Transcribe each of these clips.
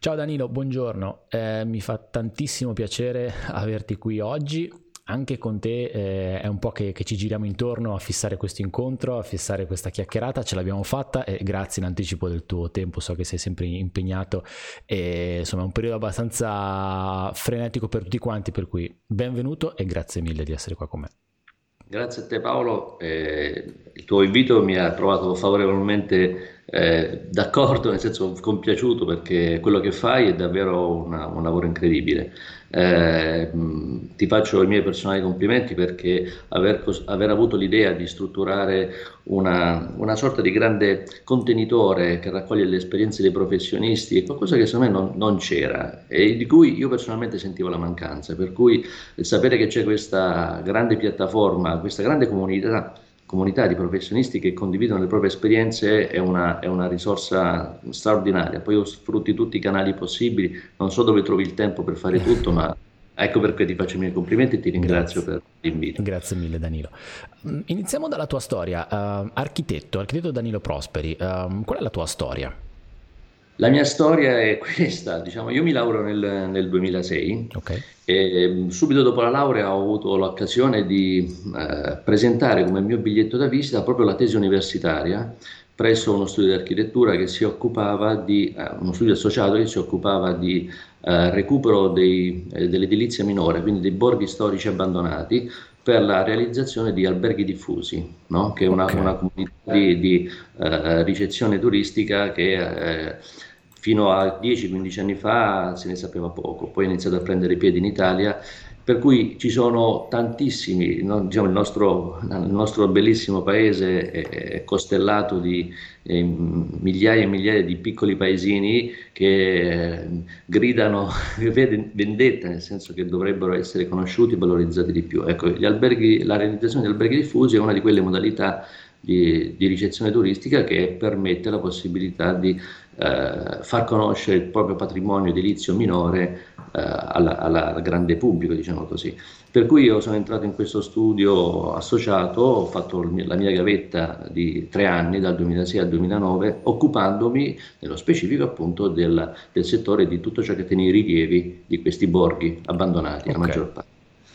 Ciao Danilo, buongiorno. Mi fa tantissimo piacere averti qui oggi. Anche con te è un po' che ci giriamo intorno a fissare questo incontro, a fissare questa chiacchierata. Ce l'abbiamo fatta e grazie in anticipo del tuo tempo. So che sei sempre impegnato e insomma è un periodo abbastanza frenetico per tutti quanti, per cui benvenuto e grazie mille di essere qua con me. Grazie a te Paolo. Il tuo invito mi ha trovato favorevolmente d'accordo, nel senso compiaciuto perché quello che fai è davvero un lavoro incredibile. Ti faccio i miei personali complimenti perché aver avuto l'idea di strutturare una sorta di grande contenitore che raccoglie le esperienze dei professionisti è qualcosa che secondo me non c'era e di cui io personalmente sentivo la mancanza, per cui sapere che c'è questa grande piattaforma, questa grande comunità di professionisti che condividono le proprie esperienze è una risorsa straordinaria. Poi sfrutti tutti i canali possibili, non so dove trovi il tempo per fare tutto, ma ecco perché ti faccio i miei complimenti e ti ringrazio Grazie. per l'invito. Grazie mille Danilo. Iniziamo dalla tua storia. Architetto Danilo Prosperi, qual è la tua storia? La mia storia è questa, diciamo, io mi laureo nel 2006 Ok, e subito dopo la laurea ho avuto l'occasione di presentare come mio biglietto da visita proprio la tesi universitaria presso uno studio di architettura che si occupava uno studio associato che si occupava di recupero dell'edilizia minore, quindi dei borghi storici abbandonati per la realizzazione di alberghi diffusi, no? Che è ok, una comunità di ricezione turistica che fino a 10-15 anni fa se ne sapeva poco, poi ha iniziato a prendere piedi in Italia, per cui ci sono tantissimi, no? Diciamo, il nostro bellissimo paese è costellato di migliaia e migliaia di piccoli paesini che gridano vendetta, nel senso che dovrebbero essere conosciuti e valorizzati di più. Ecco, la realizzazione di alberghi diffusi è una di quelle modalità di ricezione turistica che permette la possibilità di far conoscere il proprio patrimonio edilizio minore alla grande pubblico, diciamo così. Per cui io sono entrato in questo studio associato, ho fatto la mia gavetta di 3 anni, dal 2006 al 2009, occupandomi nello specifico appunto del settore di tutto ciò che tiene i rilievi di questi borghi abbandonati, la ok, maggior parte.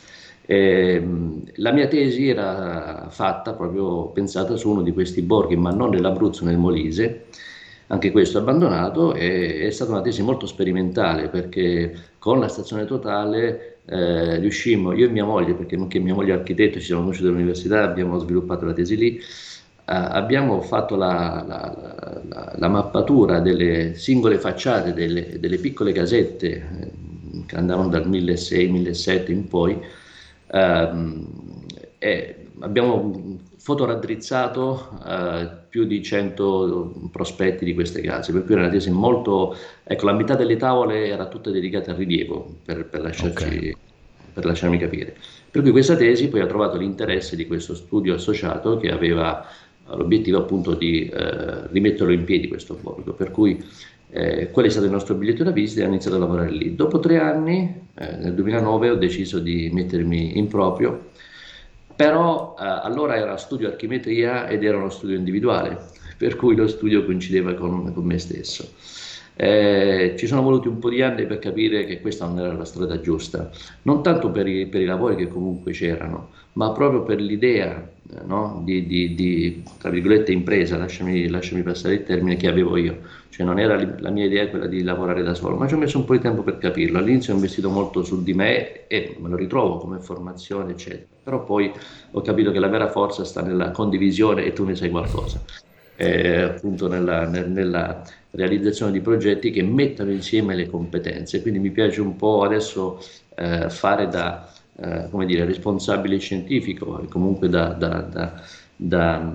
La mia tesi era fatta proprio pensata su uno di questi borghi, ma non nell'Abruzzo, nel Molise, anche questo abbandonato, e è stata una tesi molto sperimentale perché con la stazione totale riuscimmo, io e mia moglie, perché anche mia moglie è architetto, ci siamo conosciuti all'università, abbiamo sviluppato la tesi lì, abbiamo fatto la mappatura delle singole facciate delle piccole casette che andavano dal 1600-1700 in poi, ehm, e abbiamo fotoraddrizzato più di 100 prospetti di queste case, per cui era una tesi molto. Ecco, la metà delle tavole era tutta dedicata al rilievo, ok, per lasciarmi capire. Per cui questa tesi poi ha trovato l'interesse di questo studio associato che aveva l'obiettivo appunto di rimetterlo in piedi questo borgo, per cui quello è stato il nostro biglietto da visita e ho iniziato a lavorare lì. Dopo 3 anni, nel 2009, ho deciso di mettermi in proprio, però allora era studio archimetria ed era uno studio individuale, per cui lo studio coincideva con me stesso. Ci sono voluti un po' di anni per capire che questa non era la strada giusta, non tanto per i lavori che comunque c'erano, ma proprio per l'idea, no? Tra virgolette, impresa, lasciami passare il termine, che avevo io. Cioè non era la mia idea quella di lavorare da solo, ma ci ho messo un po' di tempo per capirlo. All'inizio ho investito molto su di me e me lo ritrovo come formazione, eccetera. Però poi ho capito che la vera forza sta nella condivisione e tu ne sai qualcosa. Appunto nella realizzazione di progetti che mettano insieme le competenze. Quindi mi piace un po' adesso fare da come dire, responsabile scientifico e comunque da,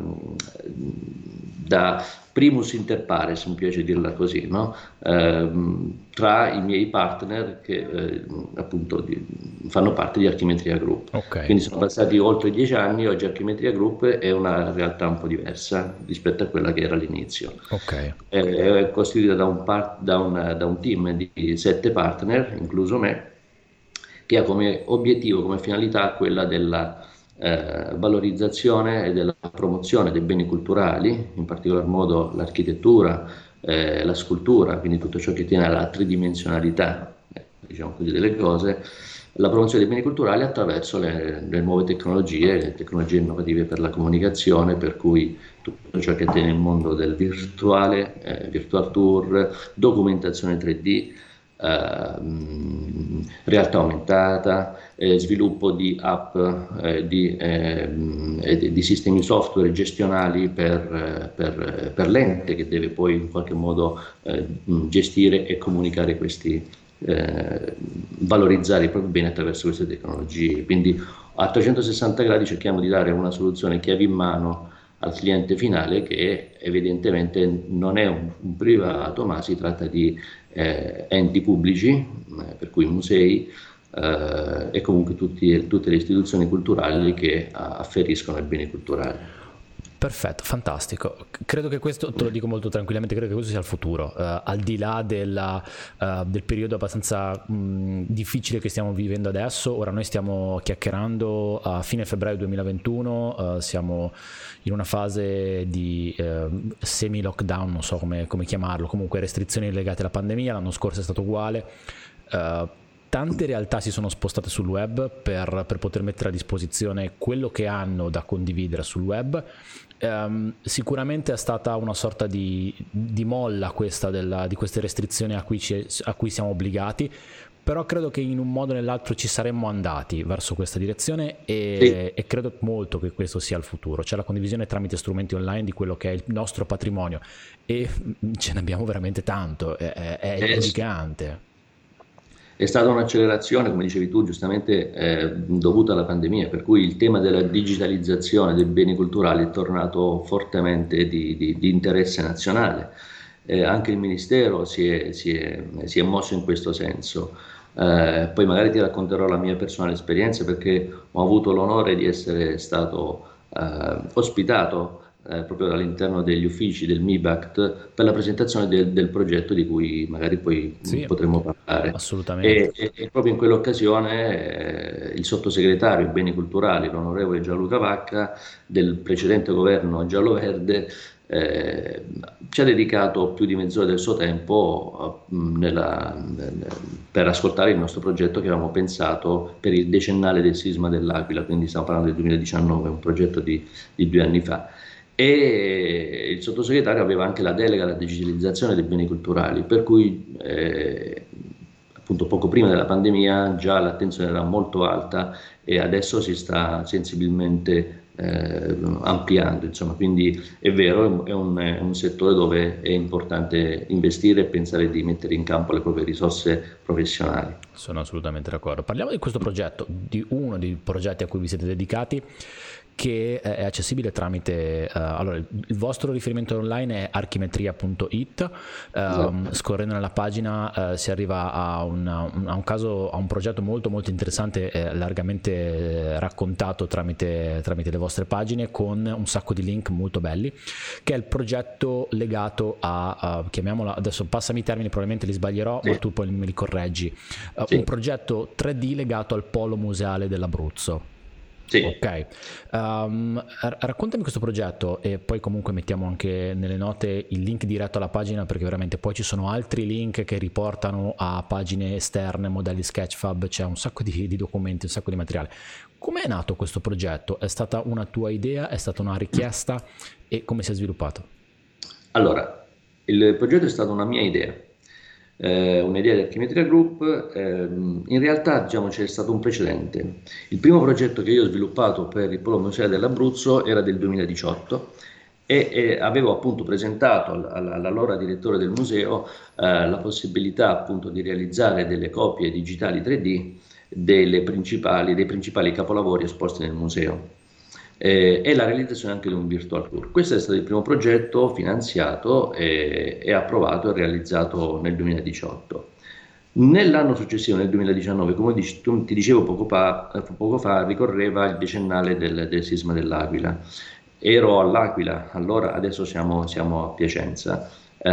da primus inter pares, mi piace dirla così, no? Tra i miei partner che appunto fanno parte di Archimetria Group. ok, Quindi sono passati oltre 10 anni, oggi Archimetria Group è una realtà un po' diversa rispetto a quella che era all'inizio. ok, È costituita da un team di 7 partner, incluso me, che ha come obiettivo, come finalità quella della valorizzazione e della promozione dei beni culturali, in particolar modo l'architettura, la scultura, quindi tutto ciò che tiene alla tridimensionalità, diciamo così, delle cose, la promozione dei beni culturali attraverso le nuove tecnologie, le tecnologie innovative per la comunicazione, per cui tutto ciò che tiene il mondo del virtuale, virtual tour, documentazione 3D, realtà aumentata, sviluppo di app, di sistemi software gestionali per l'ente che deve poi in qualche modo gestire e comunicare questi, valorizzare i propri beni attraverso queste tecnologie. Quindi a 360 gradi cerchiamo di dare una soluzione chiave in mano al cliente finale, che evidentemente non è un privato, ma si tratta di enti pubblici, per cui musei e comunque tutte le istituzioni culturali che afferiscono ai beni culturali. Perfetto, fantastico. Credo che questo, te lo dico molto tranquillamente, credo che questo sia il futuro, al di là del periodo abbastanza difficile che stiamo vivendo adesso. Ora noi stiamo chiacchierando a fine febbraio 2021, siamo in una fase di semi-lockdown, non so come chiamarlo, comunque restrizioni legate alla pandemia. L'anno scorso è stato uguale. Tante realtà si sono spostate sul web per poter mettere a disposizione quello che hanno da condividere sul web. Sicuramente è stata una sorta di molla questa di queste restrizioni a cui siamo obbligati, però credo che in un modo o nell'altro ci saremmo andati verso questa direzione e credo molto che questo sia il futuro, cioè la condivisione tramite strumenti online di quello che è il nostro patrimonio, e ce ne abbiamo veramente tanto, è gigante. È stata un'accelerazione, come dicevi tu, giustamente dovuta alla pandemia, per cui il tema della digitalizzazione dei beni culturali è tornato fortemente di interesse nazionale. Anche il Ministero si è mosso in questo senso. Poi magari ti racconterò la mia personale esperienza, perché ho avuto l'onore di essere stato ospitato proprio all'interno degli uffici del MIBACT per la presentazione del progetto di cui magari poi potremo parlare. Assolutamente. E proprio in quell'occasione il sottosegretario ai beni culturali, l'onorevole Gianluca Vacca, del precedente governo giallo-verde, ci ha dedicato più di mezz'ora del suo tempo per ascoltare il nostro progetto che avevamo pensato per il decennale del sisma dell'Aquila, quindi stiamo parlando del 2019, un progetto di 2 anni fa. E il sottosegretario aveva anche la delega alla digitalizzazione dei beni culturali, per cui appunto poco prima della pandemia già l'attenzione era molto alta e adesso si sta sensibilmente ampliando, insomma. Quindi è vero, è un settore dove è importante investire e pensare di mettere in campo le proprie risorse professionali. Sono assolutamente d'accordo. Parliamo di questo progetto, di uno dei progetti a cui vi siete dedicati, che è accessibile tramite allora il vostro riferimento online è archimetria.it. Scorrendo nella pagina si arriva a un caso, a un progetto molto molto interessante, largamente raccontato tramite le vostre pagine, con un sacco di link molto belli, che è il progetto legato a chiamiamola, adesso passami i termini, probabilmente li sbaglierò, ma tu poi me li correggi, un progetto 3D legato al polo museale dell'Abruzzo. Sì. Ok, raccontami questo progetto e poi comunque mettiamo anche nelle note il link diretto alla pagina, perché veramente poi ci sono altri link che riportano a pagine esterne, modelli Sketchfab, c'è un sacco di documenti, un sacco di materiale. Come è nato questo progetto? È stata una tua idea? È stata una richiesta? E come si è sviluppato? Allora, il progetto è stata una mia idea. Un'idea del Archimetria Group. In realtà, diciamo, c'è stato un precedente. Il primo progetto che io ho sviluppato per il Polo Museale dell'Abruzzo era del 2018 e avevo appunto presentato all'allora direttore del museo la possibilità appunto di realizzare delle copie digitali 3D dei principali capolavori esposti nel museo. E la realizzazione anche di un virtual tour. Questo è stato il primo progetto finanziato e approvato e realizzato nel 2018. Nell'anno successivo, nel 2019, come ti dicevo poco fa, ricorreva il decennale del sisma dell'Aquila. Ero all'Aquila, allora, adesso siamo a Piacenza.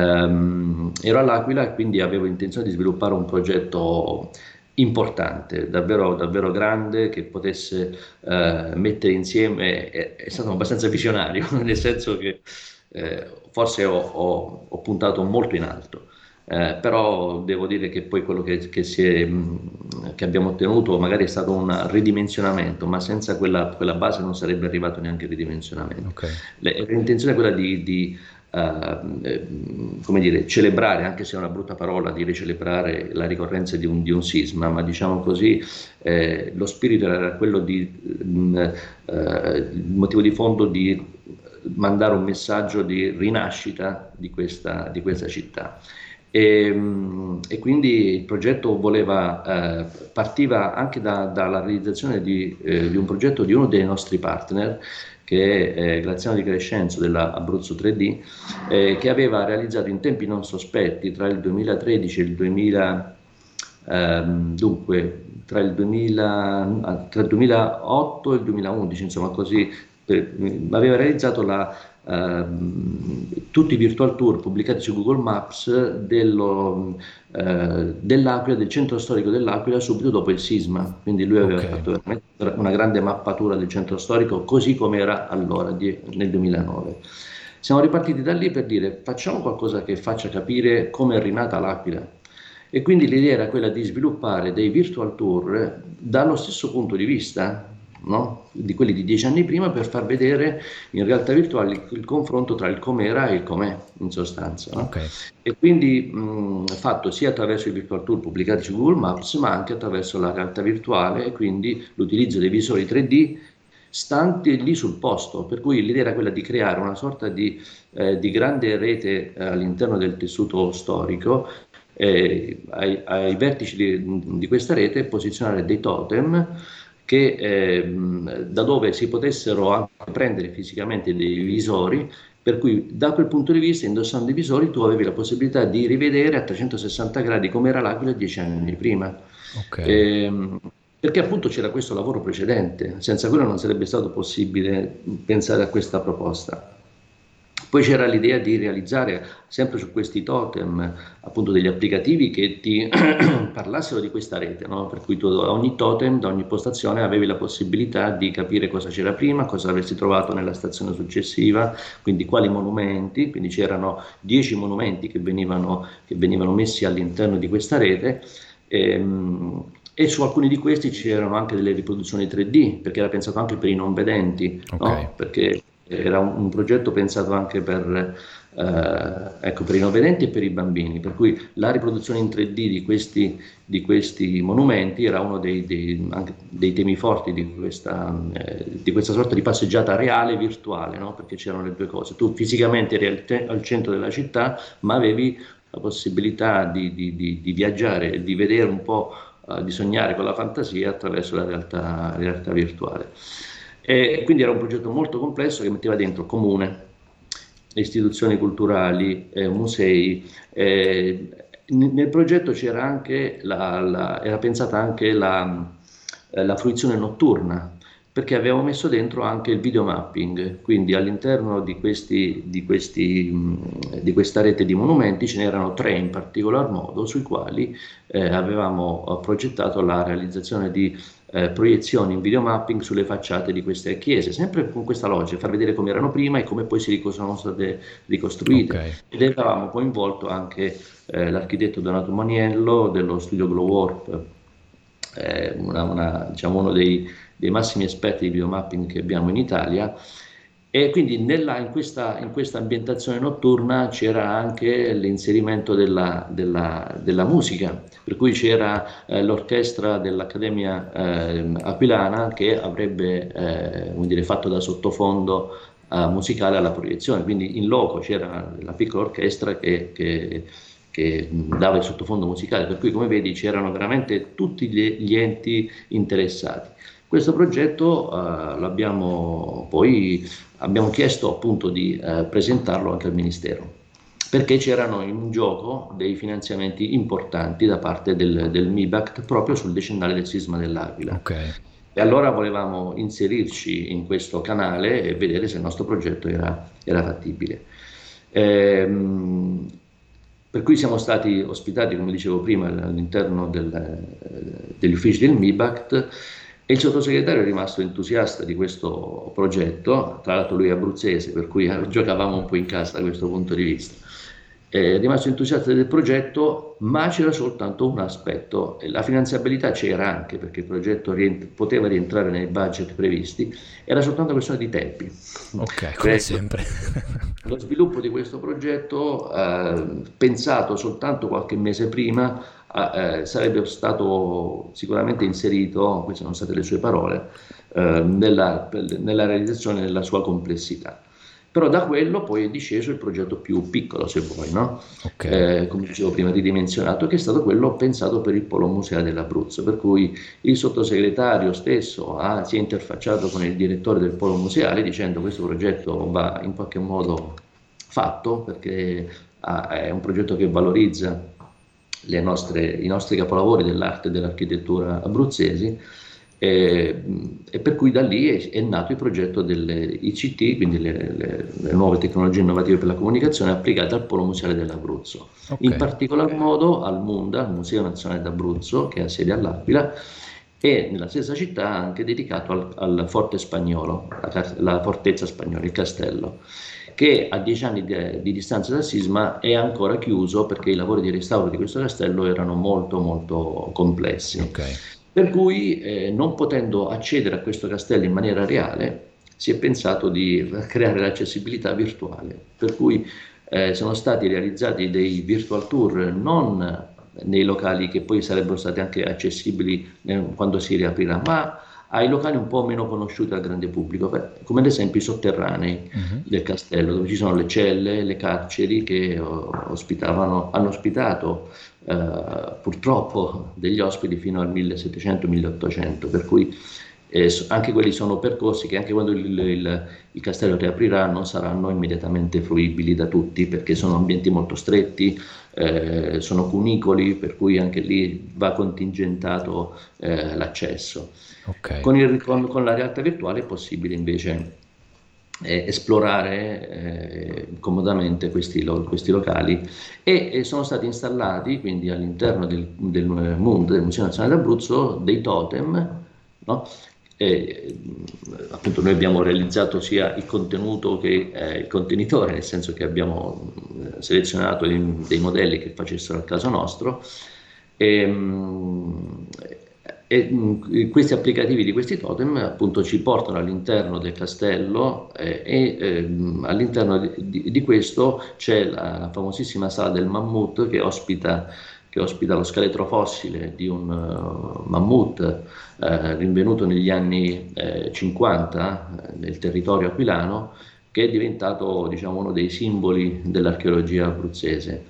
Ero all'Aquila e quindi avevo intenzione di sviluppare un progetto importante, davvero, davvero grande, che potesse mettere insieme, è stato abbastanza visionario, nel senso che forse ho puntato molto in alto. Però devo dire che poi quello che abbiamo ottenuto magari è stato un ridimensionamento, ma senza quella base non sarebbe arrivato neanche il ridimensionamento. Ok. L'intenzione è quella come dire, celebrare, anche se è una brutta parola dire celebrare la ricorrenza di un sisma, ma diciamo così, lo spirito era quello il motivo di fondo di mandare un messaggio di rinascita di questa città. E quindi il progetto partiva anche dalla realizzazione di un progetto di uno dei nostri partner, che è Graziano Di Crescenzo della Abruzzo 3D, che aveva realizzato in tempi non sospetti tra il 2013 e il 2000, dunque tra il 2008 e il 2011, insomma così, aveva realizzato tutti i virtual tour pubblicati su Google Maps dell'Aquila, del centro storico dell'Aquila subito dopo il sisma. Quindi lui aveva fatto veramente una grande mappatura del centro storico così come era allora, nel 2009. Siamo ripartiti da lì per dire facciamo qualcosa che faccia capire come è rinata l'Aquila. E quindi l'idea era quella di sviluppare dei virtual tour dallo stesso punto di vista, no? Di quelli di 10 anni prima, per far vedere in realtà virtuale il confronto tra il com'era e il com'è, in sostanza. No? Okay. E quindi fatto sia attraverso i virtual tour pubblicati su Google Maps, ma anche attraverso la realtà virtuale e quindi l'utilizzo dei visori 3D stanti lì sul posto, per cui l'idea era quella di creare una sorta di grande rete all'interno del tessuto storico, ai vertici di questa rete posizionare dei totem da dove si potessero anche prendere fisicamente dei visori, per cui da quel punto di vista, indossando i visori, tu avevi la possibilità di rivedere a 360 gradi come era l'Aquila 10 anni prima. Perché appunto c'era questo lavoro precedente, senza quello non sarebbe stato possibile pensare a questa proposta. Poi c'era l'idea di realizzare sempre su questi totem appunto degli applicativi che ti parlassero di questa rete, no? Per cui tu da ogni totem, da ogni postazione avevi la possibilità di capire cosa c'era prima, cosa avresti trovato nella stazione successiva, quindi quali monumenti, quindi c'erano 10 monumenti che venivano messi all'interno di questa rete. E su alcuni di questi c'erano anche delle riproduzioni 3D, perché era pensato anche per i non vedenti, no? Perché era un progetto pensato anche per i non vedenti e per i bambini, per cui la riproduzione in 3D di questi monumenti era uno anche dei temi forti di questa sorta di passeggiata reale e virtuale, no? Perché c'erano le due cose. Tu fisicamente eri al centro della città, ma avevi la possibilità di viaggiare, di vedere un po', di sognare con la fantasia attraverso la realtà virtuale. E quindi era un progetto molto complesso che metteva dentro comune, istituzioni culturali, musei. Nel progetto c'era anche era pensata anche la fruizione notturna, perché avevamo messo dentro anche il videomapping, quindi all'interno di questa rete di monumenti ce n'erano 3 in particolar modo, sui quali avevamo progettato la realizzazione di proiezioni in videomapping sulle facciate di queste chiese, sempre con questa logica, far vedere come erano prima e come poi sono state ricostruite. Ed avevamo coinvolto anche l'architetto Donato Maniello dello studio Glowwarp, diciamo uno dei massimi esperti di videomapping che abbiamo in Italia. E quindi in questa ambientazione notturna c'era anche l'inserimento della musica, per cui c'era l'orchestra dell'Accademia Aquilana che avrebbe fatto da sottofondo musicale alla proiezione, quindi in loco c'era la piccola orchestra che dava il sottofondo musicale, per cui come vedi c'erano veramente tutti gli enti interessati. Questo progetto abbiamo chiesto appunto di presentarlo anche al Ministero, perché c'erano in gioco dei finanziamenti importanti da parte del MIBACT proprio sul decennale del sisma dell'Aquila. E allora volevamo inserirci in questo canale e vedere se il nostro progetto era fattibile. Per cui siamo stati ospitati, come dicevo prima, all'interno degli uffici del MIBACT, E il sottosegretario è rimasto entusiasta di questo progetto, tra l'altro lui è abruzzese, per cui giocavamo un po' in casa da questo punto di vista. È rimasto entusiasta del progetto, ma c'era soltanto un aspetto: la finanziabilità c'era anche perché il progetto poteva rientrare nei budget previsti, era soltanto una questione di tempi. Ok, come sempre. Lo sviluppo di questo progetto, pensato soltanto qualche mese prima, sarebbe stato sicuramente inserito, queste sono state le sue parole, nella realizzazione nella sua complessità. Però da quello poi è disceso il progetto più piccolo, se vuoi, no? Ok. Come dicevo prima, ridimensionato, che è stato quello pensato per il Polo Museale dell'Abruzzo, per cui il sottosegretario stesso si è interfacciato con il direttore del Polo Museale dicendo: questo progetto va in qualche modo fatto, perché è un progetto che valorizza i nostri capolavori dell'arte e dell'architettura abruzzesi, e per cui da lì è nato il progetto delle ICT, quindi le nuove tecnologie innovative per la comunicazione applicate al Polo Museale dell'Abruzzo, in Ok. particolar modo al MUNDA, al Museo Nazionale d'Abruzzo, che ha sede all'Aquila, e nella stessa città anche dedicato al Forte Spagnolo, la fortezza spagnola, il castello, che a 10 anni di distanza dal sisma è ancora chiuso perché i lavori di restauro di questo castello erano molto molto complessi. Ok. Per cui, non potendo accedere a questo castello in maniera reale, si è pensato di creare l'accessibilità virtuale, per cui sono stati realizzati dei virtual tour non nei locali che poi sarebbero stati anche accessibili quando si riaprirà, ma ai locali un po' meno conosciuti al grande pubblico, come ad esempio i sotterranei Mhm. del castello, dove ci sono le celle, le carceri che hanno ospitato purtroppo degli ospiti fino al 1700-1800, per cui anche quelli sono percorsi che anche quando il castello riaprirà non saranno immediatamente fruibili da tutti, perché sono ambienti molto stretti, sono cunicoli, per cui anche lì va contingentato l'accesso. Ok. Con la realtà virtuale è possibile invece esplorare comodamente questi locali, e sono stati installati quindi all'interno del MUND, del Museo Nazionale d'Abruzzo, dei totem, no? Appunto noi abbiamo realizzato sia il contenuto che il contenitore, nel senso che abbiamo selezionato dei modelli che facessero al caso nostro, e, questi applicativi di questi totem appunto ci portano all'interno del castello, all'interno di questo c'è la famosissima sala del mammut che ospita lo scheletro fossile di un mammut rinvenuto negli anni 50 nel territorio aquilano, che è diventato, diciamo, uno dei simboli dell'archeologia abruzzese.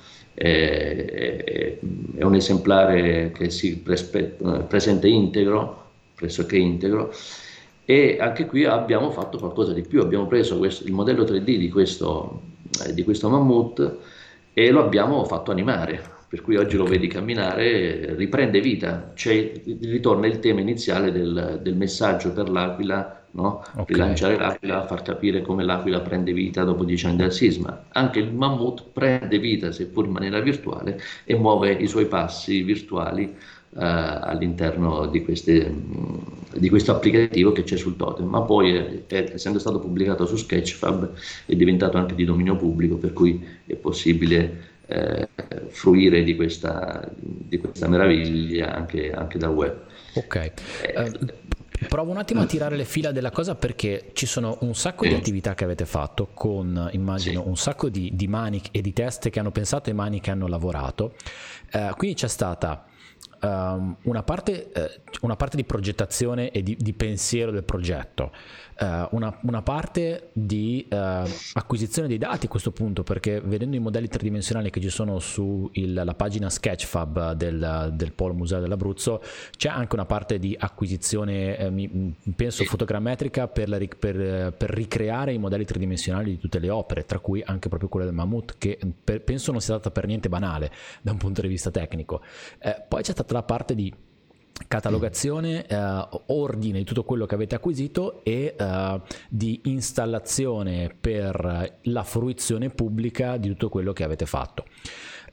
È un esemplare che si presenta integro, pressoché integro, e anche qui abbiamo fatto qualcosa di più: abbiamo preso il modello 3D di questo mammut e lo abbiamo fatto animare, per cui oggi lo Ok. vedi camminare, riprende vita, ritorna il tema iniziale del messaggio per l'Aquila, no? Ok. Rilanciare l'Aquila, far capire come l'Aquila prende vita dopo 10 anni dal sisma. Anche il mammut prende vita, seppur in maniera virtuale, e muove i suoi passi virtuali all'interno di questo applicativo che c'è sul totem, ma poi essendo stato pubblicato su Sketchfab è diventato anche di dominio pubblico, per cui è possibile fruire di questa meraviglia anche dal web. Ok. Eh, Provo un attimo a tirare le fila della cosa, perché ci sono un sacco di sì, attività che avete fatto con, immagino, sì, un sacco di mani e di teste che hanno pensato e mani che hanno lavorato. Quindi c'è stata una parte di progettazione e di pensiero del progetto, una parte di acquisizione dei dati a questo punto, perché vedendo i modelli tridimensionali che ci sono sulla pagina Sketchfab del Polo Museo dell'Abruzzo, c'è anche una parte di acquisizione, penso sì. fotogrammetrica, per ricreare i modelli tridimensionali di tutte le opere, tra cui anche proprio quella del mammut, che penso non sia stata per niente banale da un punto di vista tecnico. Poi c'è stata la parte di catalogazione, ordine di tutto quello che avete acquisito, e di installazione per la fruizione pubblica di tutto quello che avete fatto.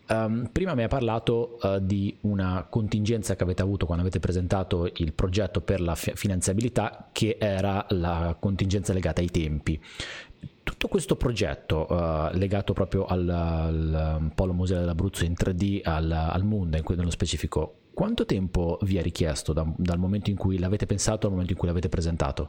Prima mi hai parlato di una contingenza che avete avuto quando avete presentato il progetto per la finanziabilità, che era la contingenza legata ai tempi. Tutto questo progetto legato proprio al Polo Museale dell'Abruzzo in 3D, al Munda nello specifico, quanto tempo vi è richiesto dal momento in cui l'avete pensato al momento in cui l'avete presentato?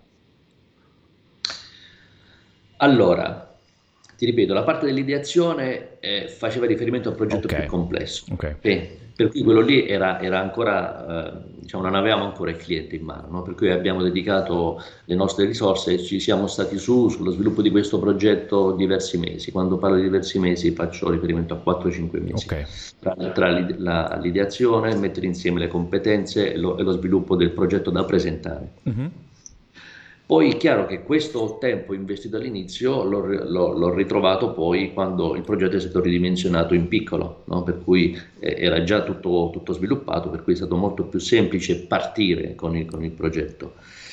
Allora, ti ripeto, la parte dell'ideazione faceva riferimento al progetto più Ok, complesso, ok. per cui quello lì era ancora, diciamo, non avevamo ancora il cliente in mano, no? Per cui abbiamo dedicato le nostre risorse e ci siamo stati sullo sviluppo di questo progetto diversi mesi. Quando parlo di diversi mesi faccio riferimento a 4-5 mesi, Ok. tra l'ideazione, mettere insieme le competenze e lo sviluppo del progetto da presentare. Mhm. Poi è chiaro che questo tempo investito all'inizio l'ho ritrovato poi quando il progetto è stato ridimensionato in piccolo, no? Per cui era già tutto sviluppato, per cui è stato molto più semplice partire con il progetto.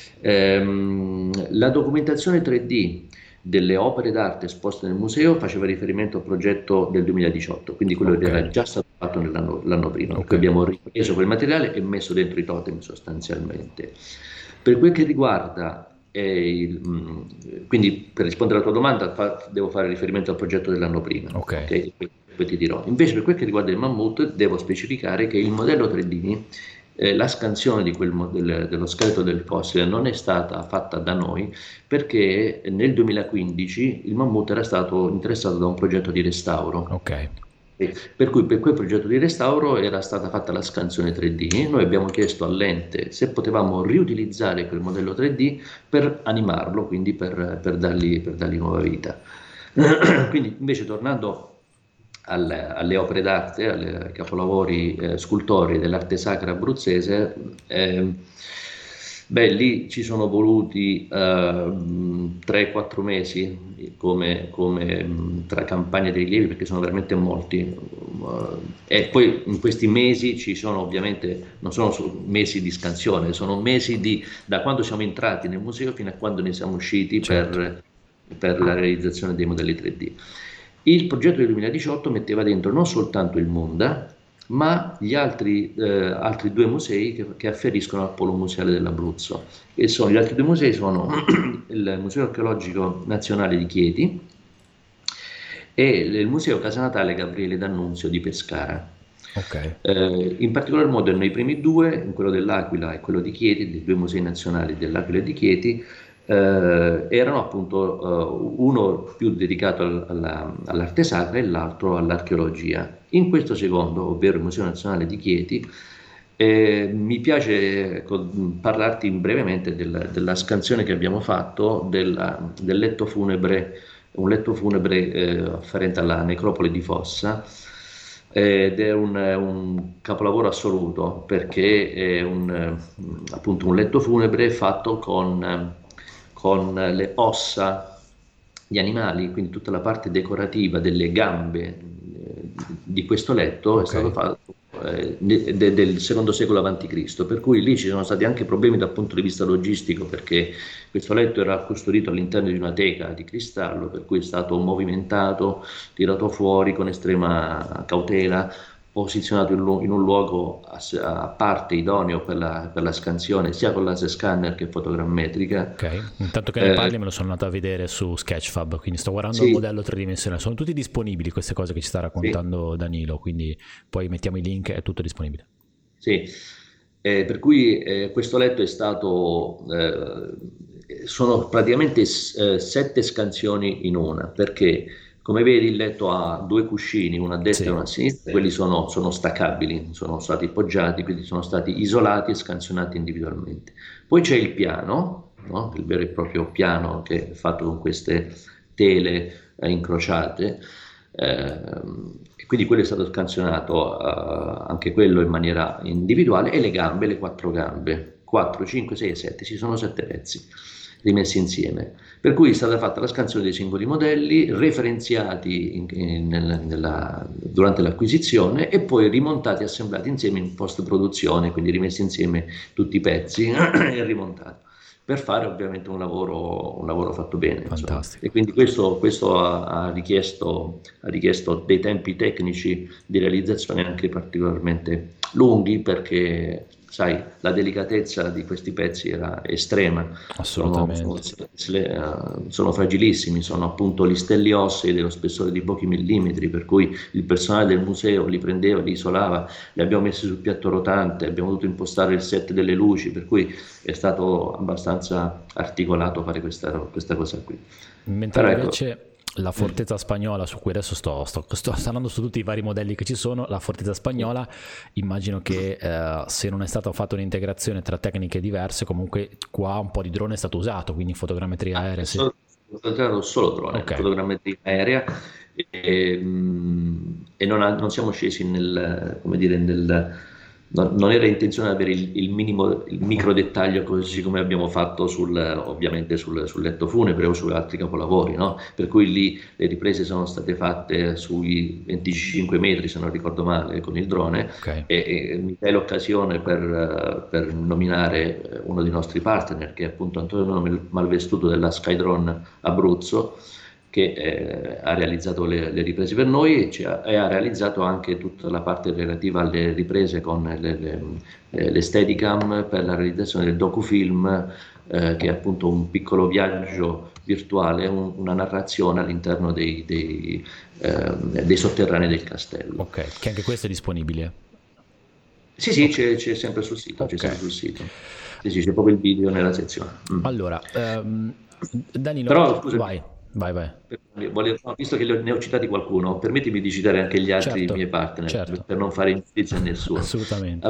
La documentazione 3D delle opere d'arte esposte nel museo faceva riferimento al progetto del 2018, quindi quello Ok. era già stato fatto l'anno prima, per Ok. cui abbiamo ripreso quel materiale e messo dentro i totem sostanzialmente. Per quel che riguarda quindi per rispondere alla tua domanda devo fare riferimento al progetto dell'anno prima, Ok. ok? Poi ti dirò. Invece per quel che riguarda il Mammut devo specificare che il modello 3D, la scansione dello scheletro del fossile non è stata fatta da noi perché nel 2015 il Mammut era stato interessato da un progetto di restauro. Ok. Per cui per quel progetto di restauro era stata fatta la scansione 3D. Noi abbiamo chiesto all'ente se potevamo riutilizzare quel modello 3D per animarlo, quindi per dargli nuova vita. Quindi invece tornando alle opere d'arte, ai capolavori scultori dell'arte sacra abruzzese, beh, lì ci sono voluti 3-4 mesi tra campagne di rilievi perché sono veramente molti. E poi in questi mesi ci sono ovviamente, non sono mesi di scansione, sono mesi da quando siamo entrati nel museo fino a quando ne siamo usciti Certo. per la realizzazione dei modelli 3D. Il progetto del 2018 metteva dentro non soltanto il Munda, ma gli altri 2 musei che afferiscono al Polo Museale dell'Abruzzo. Gli altri 2 musei sono il Museo Archeologico Nazionale di Chieti e il Museo Casa Natale Gabriele D'Annunzio di Pescara. Ok. In particolar modo nei primi 2, in quello dell'Aquila e quello di Chieti, dei 2 musei nazionali dell'Aquila e di Chieti, erano appunto uno più dedicato all'arte sacra e l'altro all'archeologia. In questo secondo, ovvero il Museo Nazionale di Chieti, mi piace parlarti brevemente della scansione che abbiamo fatto del letto funebre, un letto funebre afferente alla necropoli di Fossa, ed è un capolavoro assoluto perché è appunto un letto funebre fatto con le ossa di animali, quindi tutta la parte decorativa delle gambe di questo letto è stato Ok. fatto del secondo secolo a.C., per cui lì ci sono stati anche problemi dal punto di vista logistico perché questo letto era custodito all'interno di una teca di cristallo, per cui è stato movimentato, tirato fuori con estrema cautela, posizionato in un luogo a parte idoneo per la scansione, sia con laser scanner che fotogrammetrica. Ok, intanto che ne Eh, parli me lo sono andato a vedere su Sketchfab, quindi sto guardando il sì, modello tridimensionale, sono tutti disponibili queste cose che ci sta sì. raccontando Danilo, quindi poi mettiamo i link, è tutto disponibile. Sì, per cui questo letto sono praticamente 7 scansioni in una, perché come vedi il letto ha 2 cuscini, uno a destra e Sì. uno a sinistra, quelli sono staccabili, sono stati poggiati, quindi sono stati isolati e scansionati individualmente. Poi c'è il piano, no? Il vero e proprio piano che è fatto con queste tele incrociate. E quindi quello è stato scansionato anche quello in maniera individuale e le gambe, le 4 gambe, 4, 5, 6 e 7, ci sono 7 pezzi rimessi insieme. Per cui è stata fatta la scansione dei singoli modelli, referenziati durante l'acquisizione e poi rimontati e assemblati insieme in post-produzione, quindi rimessi insieme tutti i pezzi e rimontati. per fare ovviamente un lavoro fatto bene, insomma. Fantastico. E quindi questo ha richiesto dei tempi tecnici di realizzazione anche particolarmente lunghi, perché sai, la delicatezza di questi pezzi era estrema, Assolutamente. sono fragilissimi, sono appunto listelli ossei dello spessore di pochi millimetri, per cui il personale del museo li prendeva, li isolava, li abbiamo messi sul piatto rotante, abbiamo dovuto impostare il set delle luci, per cui è stato abbastanza articolato fare questa cosa qui. Mentre Però ecco, invece la fortezza spagnola, su cui adesso sto andando su tutti i vari modelli che ci sono, la fortezza spagnola, immagino che se non è stata fatta un'integrazione tra tecniche diverse, comunque qua un po' di drone è stato usato, quindi fotogrammetria aerea. Sì. ho usato solo drone, Ok, fotogrammetria aerea, e non siamo scesi come dire, non era intenzione avere il micro dettaglio così come abbiamo fatto ovviamente sul letto funebre o su altri capolavori, no? Per cui lì le riprese sono state fatte sui 25 metri, se non ricordo male, con il drone, ok. e mi dai l'occasione per nominare uno dei nostri partner, che è appunto Antonio Malvestuto della Skydrone Abruzzo, che ha realizzato le riprese per noi, e ha realizzato anche tutta la parte relativa alle riprese con le Steadicam per la realizzazione del docufilm, che è appunto un piccolo viaggio virtuale, una narrazione all'interno dei sotterranei del castello. Ok, che anche questo è disponibile. Sì, sì, Ok. c'è sempre sul sito, c'è Ok. sempre sul sito. Sì, sì, c'è proprio il video nella sezione. Allora, Danilo, Però scusami, vai, vai, vai. visto che ne ho citati qualcuno, permettimi di citare anche gli altri Certo, miei partner, certo, per non fare ingiustizia a nessuno. assolutamente.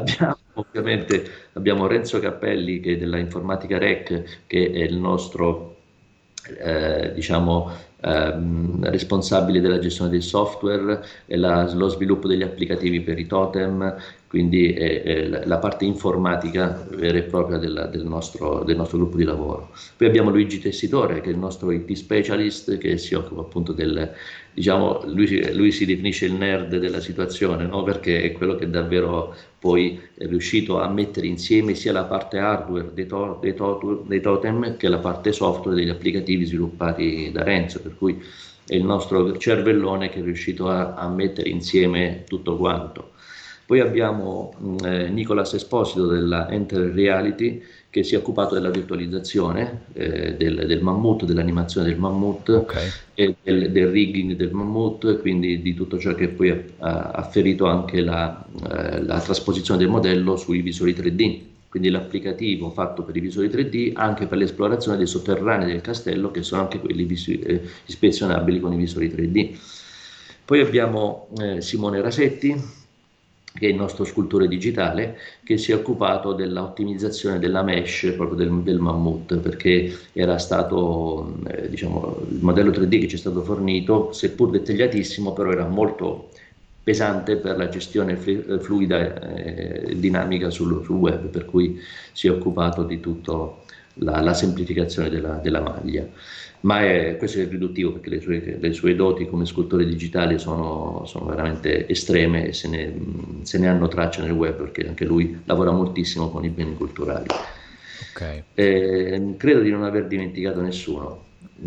Abbiamo Renzo Cappelli, che è della Informatica Rec, che è il nostro, diciamo, responsabile della gestione del software e lo sviluppo degli applicativi per i totem, quindi è la parte informatica vera e propria del nostro gruppo di lavoro. Poi abbiamo Luigi Tessitore, che è il nostro IT specialist, che si occupa appunto diciamo, lui si definisce il nerd della situazione, no? Perché è quello che davvero poi è riuscito a mettere insieme sia la parte hardware dei totem che la parte software degli applicativi sviluppati da Renzo, per cui è il nostro cervellone che è riuscito a mettere insieme tutto quanto. Poi abbiamo Nicolas Esposito della Enter Reality, che si è occupato della virtualizzazione del mammut, dell'animazione del mammut, Ok, e del rigging del mammut, quindi di tutto ciò che poi ha afferito anche la trasposizione del modello sui visori 3D. Quindi l'applicativo fatto per i visori 3D anche per l'esplorazione dei sotterranei del castello, che sono anche quelli ispezionabili con i visori 3D. Poi abbiamo Simone Rasetti, che è il nostro scultore digitale, che si è occupato dell'ottimizzazione della mesh proprio del mammut, perché era stato, diciamo, il modello 3D che ci è stato fornito, seppur dettagliatissimo, però era molto pesante per la gestione fluida e dinamica sul web, per cui si è occupato di tutto la semplificazione della maglia. Ma questo è riduttivo, perché le sue doti come scultore digitale sono veramente estreme, e se ne hanno traccia nel web, perché anche lui lavora moltissimo con i beni culturali. ok. Credo di non aver dimenticato nessuno.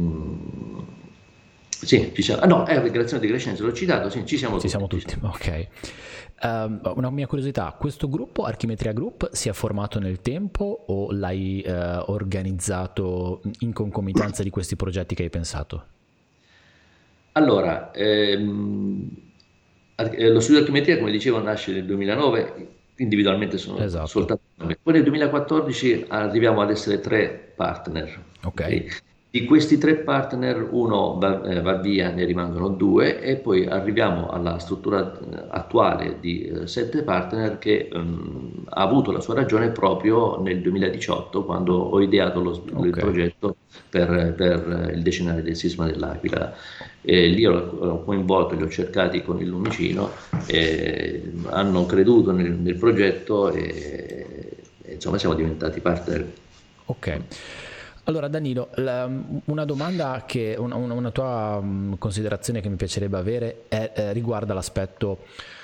Sì, ci siamo. Ah, no, Migrazione di Crescenza l'ho citato, sì, ci siamo Ci siamo tutti. tutti, ok. Una mia curiosità, questo gruppo, Archimetria Group, si è formato nel tempo o l'hai organizzato in concomitanza di questi progetti che hai pensato? Allora, lo studio di archimetria, come dicevo, nasce nel 2009, individualmente sono Esatto, soltanto 9. Poi nel 2014 arriviamo ad essere 3 partner. ok, Ok? Di questi 3 partner uno va via, ne rimangono 2, e poi arriviamo alla struttura attuale di 7 partner, che ha avuto la sua ragione proprio nel 2018, quando ho ideato il ok, progetto per il decennale del sisma dell'Aquila. Lì ho coinvolto, li ho cercati con il lumicino, hanno creduto nel progetto, e insomma siamo diventati partner. ok. Allora Danilo, una domanda una tua considerazione che mi piacerebbe avere riguarda l'aspetto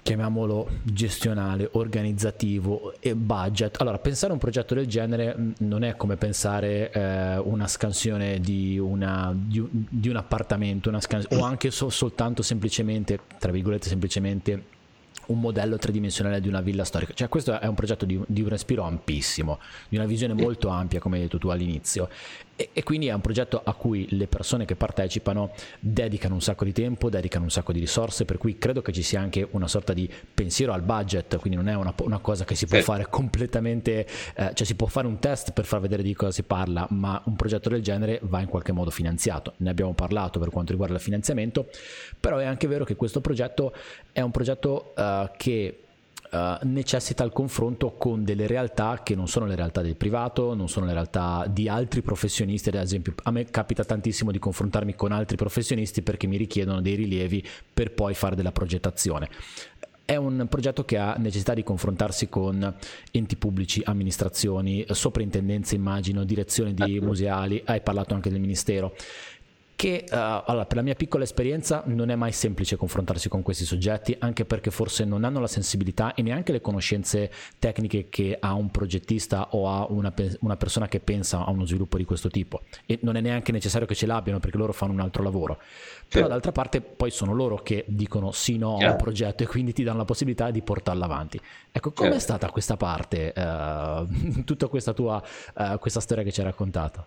chiamiamolo gestionale, organizzativo e budget. Allora, pensare a un progetto del genere non è come pensare una scansione di un appartamento, o anche soltanto semplicemente, tra virgolette, semplicemente un modello tridimensionale di una villa storica. Cioè, questo è un progetto di un respiro ampissimo, di una visione molto ampia, come hai detto tu all'inizio, e quindi è un progetto a cui le persone che partecipano dedicano un sacco di tempo, dedicano un sacco di risorse, per cui credo che ci sia anche una sorta di pensiero al budget, quindi non è una cosa che si può fare completamente, cioè si può fare un test per far vedere di cosa si parla, ma un progetto del genere va in qualche modo finanziato. Ne abbiamo parlato per quanto riguarda il finanziamento, però è anche vero che questo progetto è un progetto che necessita il confronto con delle realtà che non sono le realtà del privato, non sono le realtà di altri professionisti. Ad esempio, a me capita tantissimo di confrontarmi con altri professionisti perché mi richiedono dei rilievi per poi fare della progettazione. È un progetto che ha necessità di confrontarsi con enti pubblici, amministrazioni, soprintendenze, immagino, direzioni di museali. Hai parlato anche del ministero, che allora, per la mia piccola esperienza non è mai semplice confrontarsi con questi soggetti, anche perché forse non hanno la sensibilità e neanche le conoscenze tecniche che ha un progettista o ha una persona che pensa a uno sviluppo di questo tipo, e non è neanche necessario che ce l'abbiano perché loro fanno un altro lavoro. Però d'altra parte poi sono loro che dicono sì no a un progetto e quindi ti danno la possibilità di portarlo avanti. Ecco, com'è stata questa parte, tutta questa tua questa storia che ci hai raccontato?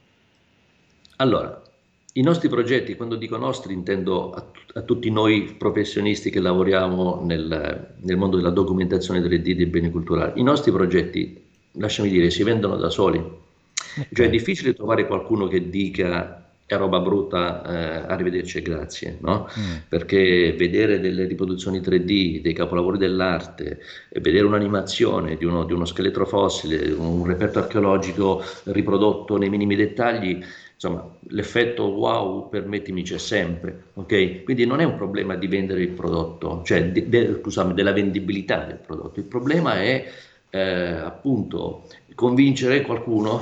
Allora, i nostri progetti, quando dico nostri, intendo a tutti noi professionisti che lavoriamo nel mondo della documentazione 3D dei beni culturali. I nostri progetti, lasciami dire, si vendono da soli. Okay. Cioè è difficile trovare qualcuno che dica è roba brutta, arrivederci e grazie, no? Perché vedere delle riproduzioni 3D, dei capolavori dell'arte, vedere un'animazione di uno scheletro fossile, un reperto archeologico riprodotto nei minimi dettagli, insomma, l'effetto wow, permettimi, c'è sempre, ok? Quindi non è un problema di vendere il prodotto, cioè scusami, della vendibilità del prodotto. Il problema è appunto convincere qualcuno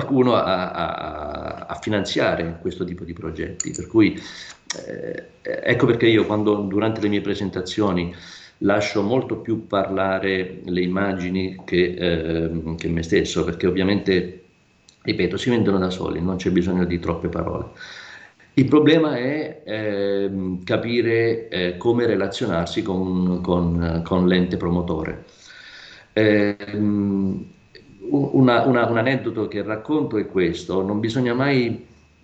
a finanziare questo tipo di progetti. Per cui ecco perché io durante le mie presentazioni lascio molto più parlare le immagini che me stesso, perché ovviamente, ripeto, si vendono da soli, non c'è bisogno di troppe parole. Il problema è capire come relazionarsi con l'ente promotore. Un aneddoto che racconto è questo: non bisogna mai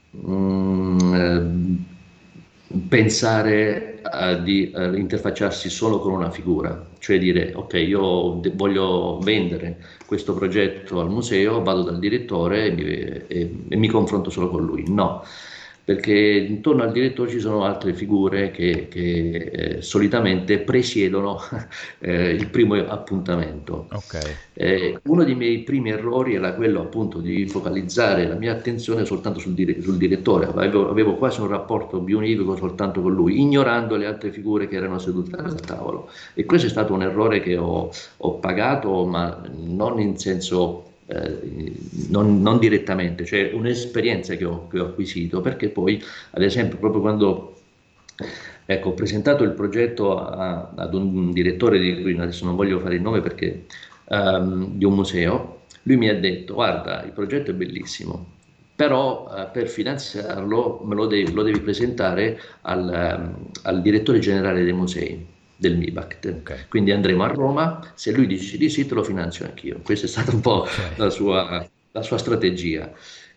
pensare di interfacciarsi solo con una figura, cioè dire ok, io voglio vendere questo progetto al museo, vado dal direttore e mi confronto solo con lui. No, perché intorno al direttore ci sono altre figure che solitamente presiedono il primo appuntamento. Okay. Uno dei miei primi errori era quello appunto di focalizzare la mia attenzione soltanto sul direttore. Avevo quasi un rapporto bionivoco soltanto con lui, ignorando le altre figure che erano sedute al tavolo, e questo è stato un errore che ho pagato, ma non in senso non direttamente, cioè un'esperienza che ho acquisito, perché poi ad esempio proprio quando ho presentato il progetto ad un direttore di cui adesso non voglio fare il nome perché di un museo, lui mi ha detto guarda, il progetto è bellissimo, però per finanziarlo lo devi presentare al direttore generale dei musei del MIBACT. Okay. Quindi andremo a Roma, se lui dice di sì te lo finanzio anch'io. Questa è stata un po' la sua strategia.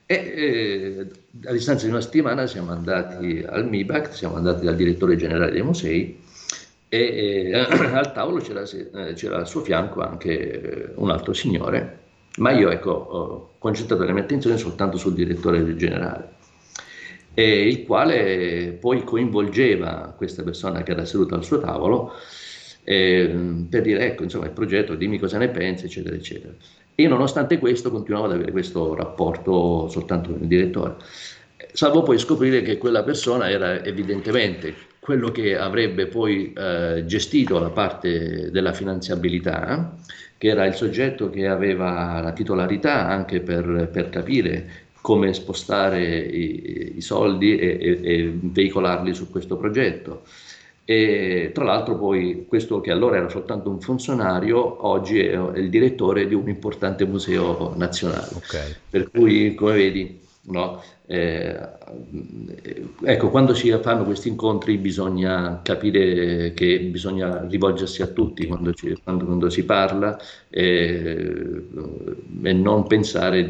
A distanza di una settimana siamo andati al MIBACT, siamo andati dal direttore generale dei musei e al tavolo c'era al suo fianco anche un altro signore, ma io ho concentrato la mia attenzione soltanto sul direttore generale, il quale poi coinvolgeva questa persona che era seduta al suo tavolo per dire ecco, insomma, il progetto, dimmi cosa ne pensi, eccetera, eccetera. E io nonostante questo continuavo ad avere questo rapporto soltanto con il direttore, salvo poi scoprire che quella persona era evidentemente quello che avrebbe poi gestito la parte della finanziabilità, che era il soggetto che aveva la titolarità anche per capire come spostare i soldi e veicolarli su questo progetto. E tra l'altro poi questo che allora era soltanto un funzionario, oggi è il direttore di un importante museo nazionale. Ok. Per cui, come vedi, no, ecco, quando si fanno questi incontri bisogna capire che bisogna rivolgersi A a tutti tutti. quando si parla, e non pensare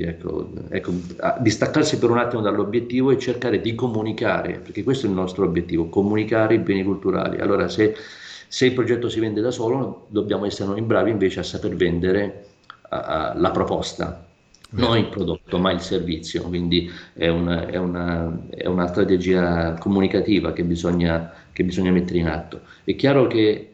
di staccarsi per un attimo dall'obiettivo e cercare di comunicare, perché questo è il nostro obiettivo, comunicare i beni culturali. Allora, se il progetto si vende da solo, dobbiamo essere noi bravi invece a saper vendere la proposta, non Vero. il prodotto, ma il servizio. Quindi è una strategia comunicativa che bisogna mettere in atto. È chiaro che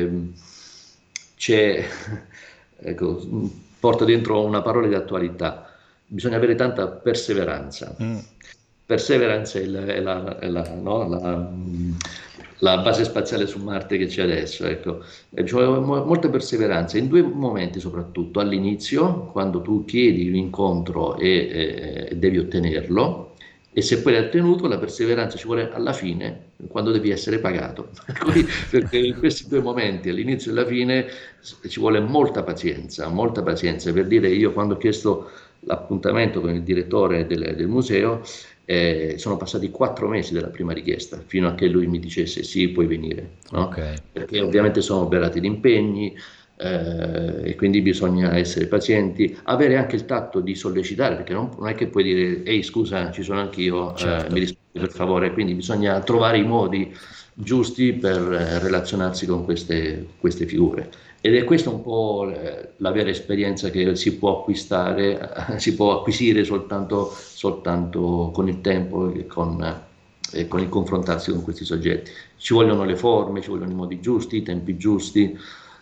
c'è, ecco, porto dentro una parola di attualità, bisogna avere tanta perseveranza. Mm. Perseverance è no? La base spaziale su Marte che c'è adesso, ecco. E ci vuole molta perseveranza in due momenti soprattutto: all'inizio, quando tu chiedi l'incontro e devi ottenerlo, e se poi l'hai ottenuto, la perseveranza ci vuole alla fine, quando devi essere pagato. Perché in questi due momenti, all'inizio e alla fine, ci vuole molta pazienza, molta pazienza. Per dire, io quando ho chiesto l'appuntamento con il direttore del museo, sono passati 4 mesi dalla prima richiesta fino a che lui mi dicesse sì, puoi venire, no? Ok. Perché ovviamente sono oberati di impegni, e quindi bisogna essere pazienti, avere anche il tatto di sollecitare, perché non è che puoi dire ehi scusa, ci sono anch'io, mi Certo. rispondi per favore. Quindi bisogna trovare i modi giusti per relazionarsi con queste figure. Ed è questa un po' la vera esperienza che si può acquistare, si può acquisire soltanto con il tempo e con il confrontarsi con questi soggetti. Ci vogliono le forme, ci vogliono i modi giusti, i tempi giusti,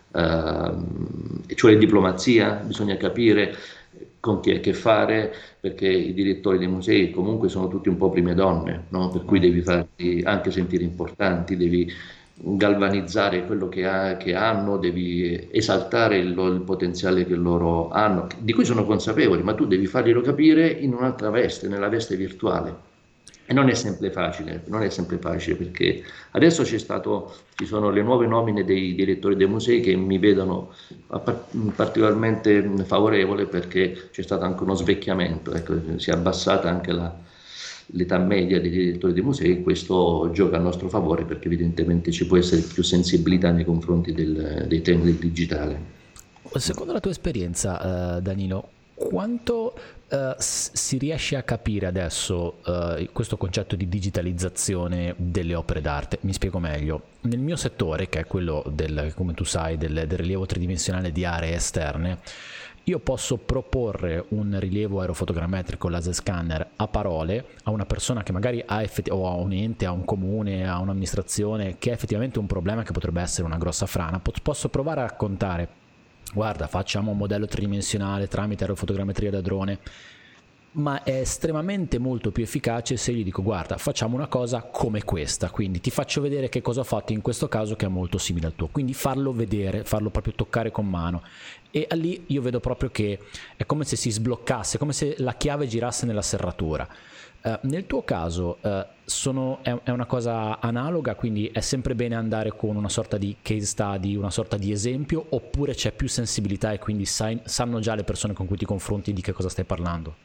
ci vuole diplomazia, bisogna capire con chi hai a che fare, perché i direttori dei musei comunque sono tutti un po' prime donne, no? Per cui Mm. devi farti anche sentire importanti, devi galvanizzare quello che hanno, devi esaltare il potenziale che loro hanno, di cui sono consapevoli, ma tu devi farglielo capire in un'altra veste, nella veste virtuale. E non è sempre facile, non è sempre facile, perché adesso ci sono le nuove nomine dei direttori dei musei che mi vedono particolarmente favorevole, perché c'è stato anche uno svecchiamento, ecco, si è abbassata anche l'età media dei direttori dei musei. Questo gioca a nostro favore, perché evidentemente ci può essere più sensibilità nei confronti dei temi del digitale. Secondo la tua esperienza, Danilo, quanto si riesce a capire adesso questo concetto di digitalizzazione delle opere d'arte? Mi spiego meglio. Nel mio settore, che è quello come tu sai, del rilievo tridimensionale di aree esterne, io posso proporre un rilievo aerofotogrammetrico laser scanner a parole a una persona che magari o a un ente, a un comune, a un'amministrazione, che ha effettivamente un problema che potrebbe essere una grossa frana. Posso provare a raccontare: guarda, facciamo un modello tridimensionale tramite aerofotogrammetria da drone, ma è estremamente molto più efficace se gli dico: guarda, facciamo una cosa come questa, quindi ti faccio vedere che cosa ho fatto in questo caso che è molto simile al tuo, quindi farlo vedere, farlo proprio toccare con mano. E lì io vedo proprio che è come se si sbloccasse, come se la chiave girasse nella serratura. Nel tuo caso è una cosa analoga, quindi è sempre bene andare con una sorta di case study, una sorta di esempio, oppure c'è più sensibilità e quindi sanno già le persone con cui ti confronti di che cosa stai parlando?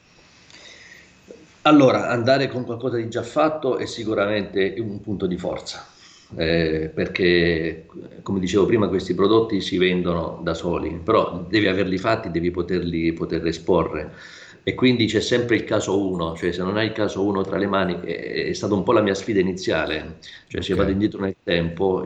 Allora, andare con qualcosa di già fatto è sicuramente un punto di forza, perché, come dicevo prima, questi prodotti si vendono da soli, però devi averli fatti, devi poterli esporre. E quindi c'è sempre il caso 1, cioè se non hai il caso 1 tra le mani, è stata un po' la mia sfida iniziale. Cioè, se Ok. vado indietro nel tempo,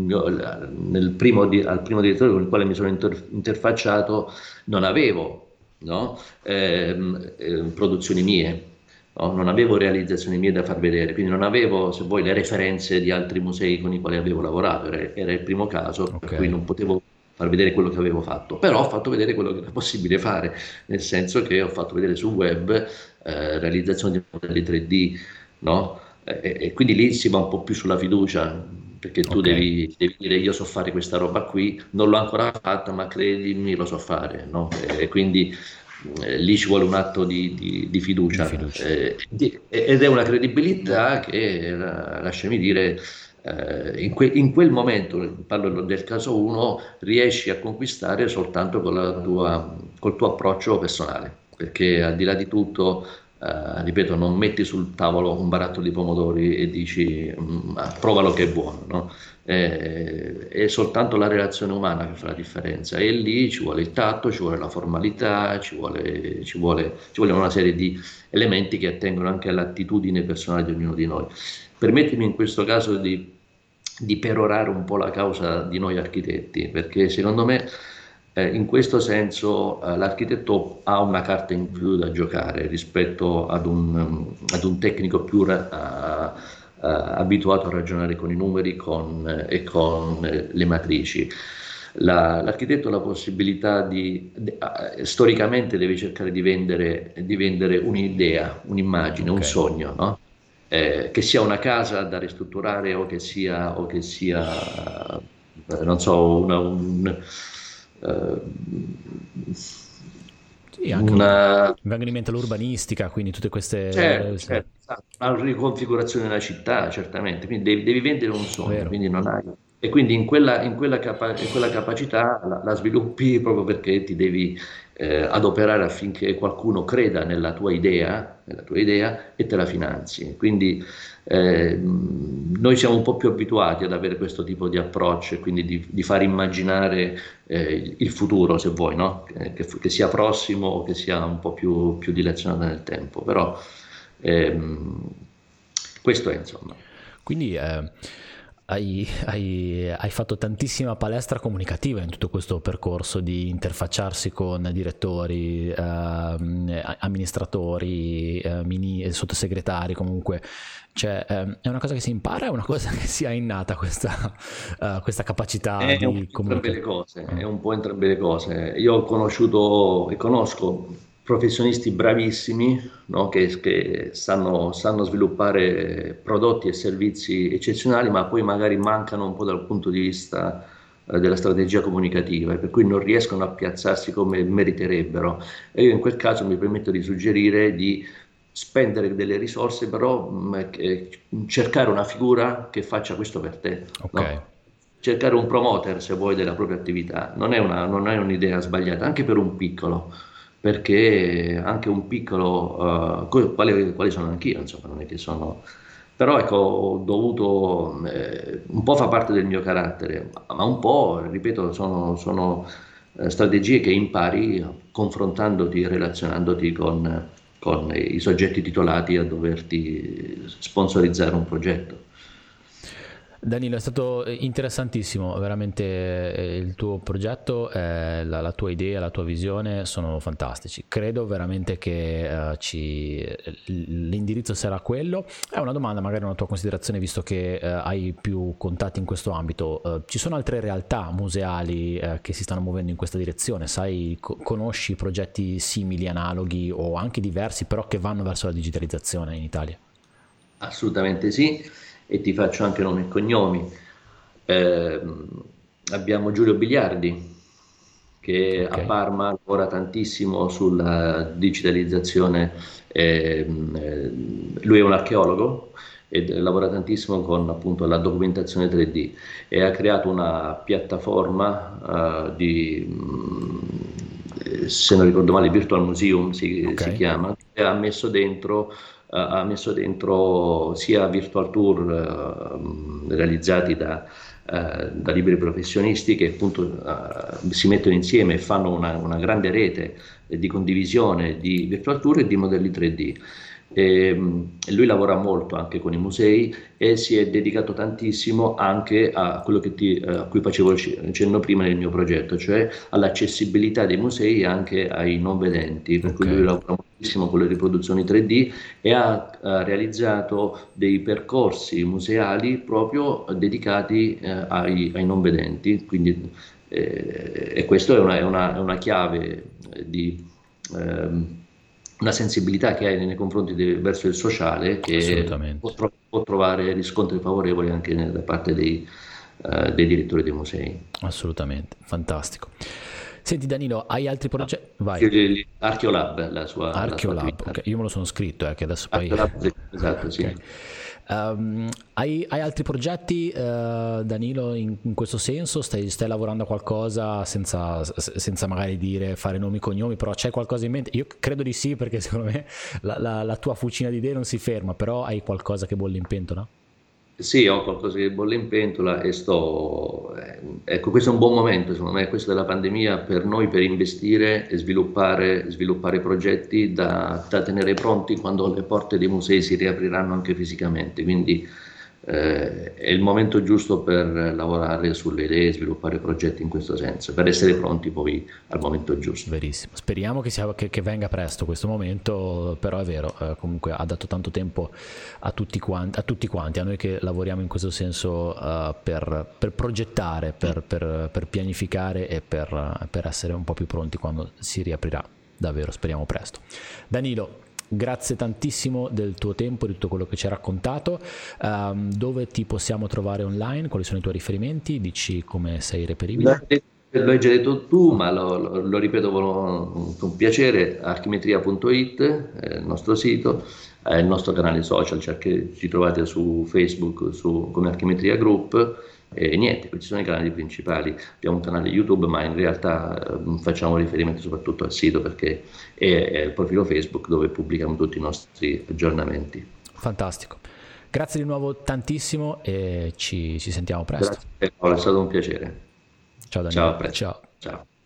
al primo direttore con il quale mi sono interfacciato, non avevo, no? Produzioni mie, no? Non avevo realizzazioni mie da far vedere, quindi non avevo, se vuoi, le referenze di altri musei con i quali avevo lavorato. Era il primo caso, per Ok. cui non potevo far vedere quello che avevo fatto, però ho fatto vedere quello che era possibile fare, nel senso che ho fatto vedere sul web realizzazione di modelli 3D, no? E quindi lì si va un po' più sulla fiducia, perché tu Ok. devi dire io so fare questa roba qui, non l'ho ancora fatta, ma credimi, lo so fare, no? E quindi lì ci vuole un atto di Di fiducia, fiducia. ed è una credibilità che, lasciami dire, in quel momento, parlo del caso 1, riesci a conquistare soltanto col tuo approccio personale, perché al di là di tutto, ripeto, non metti sul tavolo un barattolo di pomodori e dici provalo che è buono, no? È soltanto la relazione umana che fa la differenza, e lì ci vuole il tatto, ci vuole la formalità, ci vuole una serie di elementi che attengono anche all'attitudine personale di ognuno di noi. Permettimi in questo caso di perorare un po' la causa di noi architetti, perché secondo me in questo senso l'architetto ha una carta in più da giocare rispetto ad un tecnico più abituato a ragionare con i numeri e con le matrici. L'architetto ha la possibilità storicamente deve cercare di vendere un'idea, un'immagine, un sogno, no? Che sia una casa da ristrutturare o che sia non so, sì, anche mi vengono in mente l'urbanistica, quindi tutte queste... certo, una riconfigurazione della città, certamente, quindi devi vendere un sogno, Vero. quindi non hai... E quindi in quella capacità la sviluppi proprio perché ti devi adoperare affinché qualcuno creda nella tua idea e te la finanzi. Quindi noi siamo un po' più abituati ad avere questo tipo di approccio e quindi di far immaginare il futuro, se vuoi, no? Che sia prossimo o che sia un po' più dilazionato nel tempo, però questo è, insomma. Quindi hai fatto tantissima palestra comunicativa in tutto questo percorso di interfacciarsi con direttori, amministratori, sottosegretari, comunque. Cioè, è una cosa che si impara, è una cosa che si ha innata questa capacità È un di po' entrambe le comunicare? cose, è un po' entrambe le cose. Io ho conosciuto e conosco professionisti bravissimi, no, che sanno sviluppare prodotti e servizi eccezionali, ma poi magari mancano un po' dal punto di vista della strategia comunicativa, e per cui non riescono a piazzarsi come meriterebbero. E io in quel caso mi permetto di suggerire di spendere delle risorse, però cercare una figura che faccia questo per te, Ok. no? Cercare un promoter, se vuoi, della propria attività. Non è un'idea sbagliata, anche per un piccolo, perché anche un piccolo, quali sono anch'io, insomma, non è che sono... Però ecco, ho dovuto, un po' fa parte del mio carattere, ma un po', ripeto, sono strategie che impari confrontandoti, relazionandoti con i soggetti titolati a doverti sponsorizzare un progetto. Danilo, è stato interessantissimo, veramente il tuo progetto, la tua idea, la tua visione sono fantastici. Credo veramente che l'indirizzo sarà quello. È una domanda, magari una tua considerazione, visto che hai più contatti in questo ambito. Ci sono altre realtà museali che si stanno muovendo in questa direzione? Sai, conosci progetti simili, analoghi o anche diversi, però che vanno verso la digitalizzazione in Italia? Assolutamente sì, e ti faccio anche nomi e cognomi. Eh, Abbiamo Giulio Biliardi, che Ok, a Parma lavora tantissimo sulla digitalizzazione. Lui è un archeologo e lavora tantissimo con appunto la documentazione 3D, e ha creato una piattaforma se non ricordo male, Virtual Museum ok, si chiama, e ha messo dentro sia virtual tour realizzati da liberi professionisti, che appunto si mettono insieme e fanno una grande rete di condivisione di virtual tour e di modelli 3D. Lui lavora molto anche con i musei e si è dedicato tantissimo anche a quello a cui facevo cenno prima nel mio progetto, cioè all'accessibilità dei musei anche ai non vedenti, per cui lui ok. lavora moltissimo con le riproduzioni 3D e ha realizzato dei percorsi museali proprio dedicati ai non vedenti. Quindi, e questo è una chiave di una sensibilità che hai nei confronti verso il sociale, che può, Assolutamente, può trovare riscontri favorevoli anche da parte dei direttori dei musei. assolutamente, fantastico. Senti Danilo, hai altri progetti? Vai. Archeolab, la sua Archeolab, attività. ok, io me lo sono scritto, che adesso poi... Archeolab, sì, esatto, sì. Ok. Hai altri progetti, Danilo, in questo senso? Stai lavorando a qualcosa senza magari fare nomi e cognomi, però c'è qualcosa in mente? Io credo di sì, perché secondo me la tua fucina di idee non si ferma, però hai qualcosa che bolle in pentola? Sì, ho qualcosa che bolle in pentola e ecco, questo è un buon momento, secondo me, questo della pandemia per noi per investire e sviluppare progetti da tenere pronti quando le porte dei musei si riapriranno anche fisicamente. Quindi è il momento giusto per lavorare sulle idee e sviluppare progetti in questo senso, per essere pronti poi al momento giusto. Verissimo, speriamo che venga presto questo momento, però è vero, comunque ha dato tanto tempo a tutti quanti, a noi che lavoriamo in questo senso, per progettare, per pianificare e per essere un po' più pronti quando si riaprirà, davvero speriamo presto. Danilo, grazie tantissimo del tuo tempo, di tutto quello che ci hai raccontato. Dove ti possiamo trovare online? Quali sono i tuoi riferimenti? Dici come sei reperibile? Lo hai già detto tu, ma lo ripeto con piacere: archimetria.it è il nostro sito, è il nostro canale social, cioè che ci trovate su Facebook come Archimetria Group, e niente, questi sono i canali principali. Abbiamo un canale YouTube, ma in realtà facciamo riferimento soprattutto al sito, perché è il profilo Facebook dove pubblichiamo tutti i nostri aggiornamenti. Fantastico. Grazie di nuovo tantissimo e ci sentiamo presto. Grazie Paolo, è stato un piacere. Ciao Ciao, a Danilo. presto. Ciao. Ciao.